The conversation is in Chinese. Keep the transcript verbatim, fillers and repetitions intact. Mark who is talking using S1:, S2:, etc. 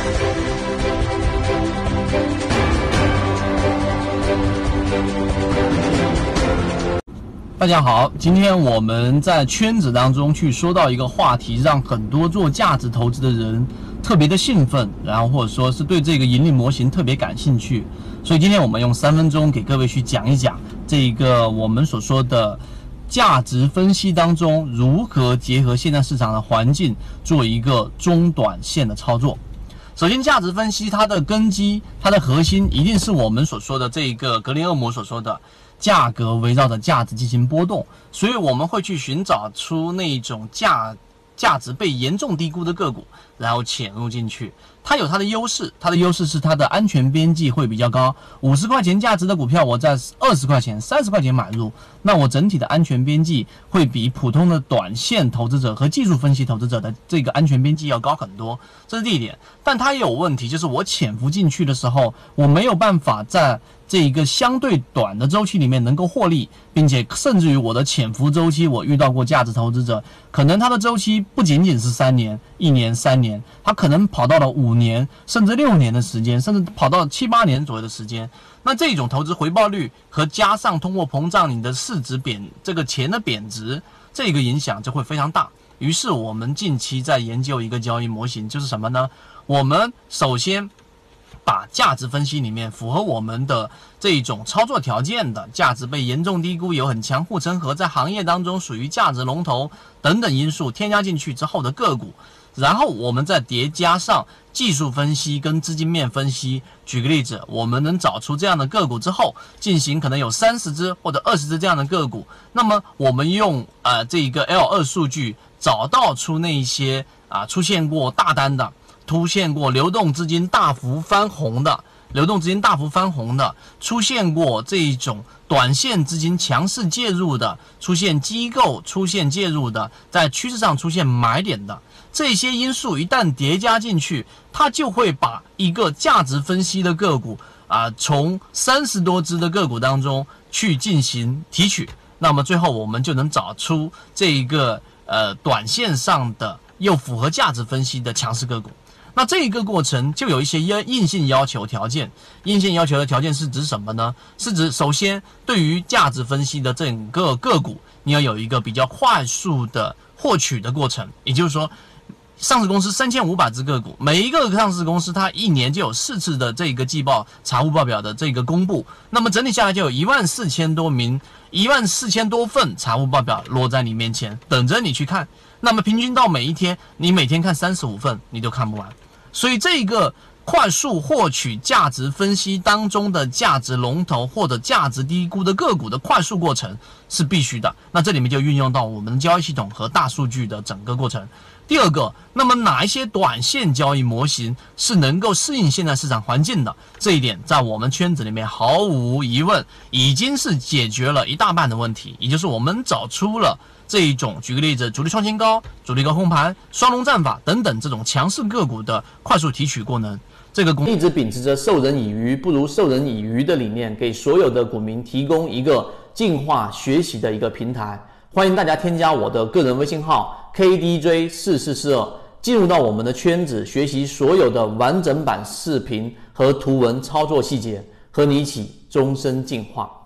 S1: 大家好，今天我们在圈子当中去说到一个话题，让很多做价值投资的人特别的兴奋，然后或者说是对这个盈利模型特别感兴趣。所以今天我们用三分钟给各位去讲一讲这个我们所说的价值分析当中如何结合现在市场的环境做一个中短线的操作。首先，价值分析它的根基，它的核心一定是我们所说的这个格林厄姆所说的价格围绕着价值进行波动，所以我们会去寻找出那种价价值被严重低估的个股，然后潜入进去。它有它的优势，它的优势是它的安全边际会比较高。五十块钱价值的股票，我在二十块钱、三十块钱买入，那我整体的安全边际会比普通的短线投资者和技术分析投资者的这个安全边际要高很多，这是第一点。但它也有问题，就是我潜伏进去的时候，我没有办法在这一个相对短的周期里面能够获利，并且甚至于我的潜伏周期，我遇到过价值投资者，可能他的周期不仅仅是三年、一年、三年，他可能跑到了五年甚至六年的时间，甚至跑到七八年左右的时间。那这种投资回报率和加上通货膨胀，你的市值贬这个钱的贬值，这个影响就会非常大。于是我们近期在研究一个交易模型，就是什么呢？我们首先把价值分析里面符合我们的这种操作条件的价值被严重低估、有很强护城河，在行业当中属于价值龙头等等因素添加进去之后的个股，然后我们再叠加上技术分析跟资金面分析。举个例子，我们能找出这样的个股之后，进行可能有三十只或者二十只这样的个股，那么我们用呃这一个 L 二 数据找到出那一些啊出现过大单的，出现过流动资金大幅翻红的，流动资金大幅翻红的，出现过这一种短线资金强势介入的，出现机构出现介入的，在趋势上出现买点的，这些因素一旦叠加进去，它就会把一个价值分析的个股啊、呃，从三十多只的个股当中去进行提取，那么最后我们就能找出这一个呃短线上的又符合价值分析的强势个股。那这一个过程就有一些硬性要求条件，硬性要求的条件是指什么呢？是指首先对于价值分析的整个个股，你要有一个比较快速的获取的过程，也就是说，上市公司三千五百只个股，每一个上市公司它一年就有四次的这个季报财务报表的这个公布，那么整体下来就有一万四千多名一万四千多份财务报表落在你面前，等着你去看。那么平均到每一天，你每天看三十五份，你都看不完。所以这个快速获取价值分析当中的价值龙头或者价值低估的个股的快速过程是必须的。那这里面就运用到我们的交易系统和大数据的整个过程。第二个，那么哪一些短线交易模型是能够适应现在市场环境的？这一点在我们圈子里面毫无疑问已经是解决了一大半的问题，也就是我们找出了这一种，举个例子，主力创新高、主力高空盘、双龙战法等等这种强势个股的快速提取过能。这个
S2: 一直秉持着授人以鱼不如授人以渔的理念，给所有的股民提供一个进化学习的一个平台。欢迎大家添加我的个人微信号 K D J 四四四二，进入到我们的圈子，学习所有的完整版视频和图文操作细节，和你一起终身进化。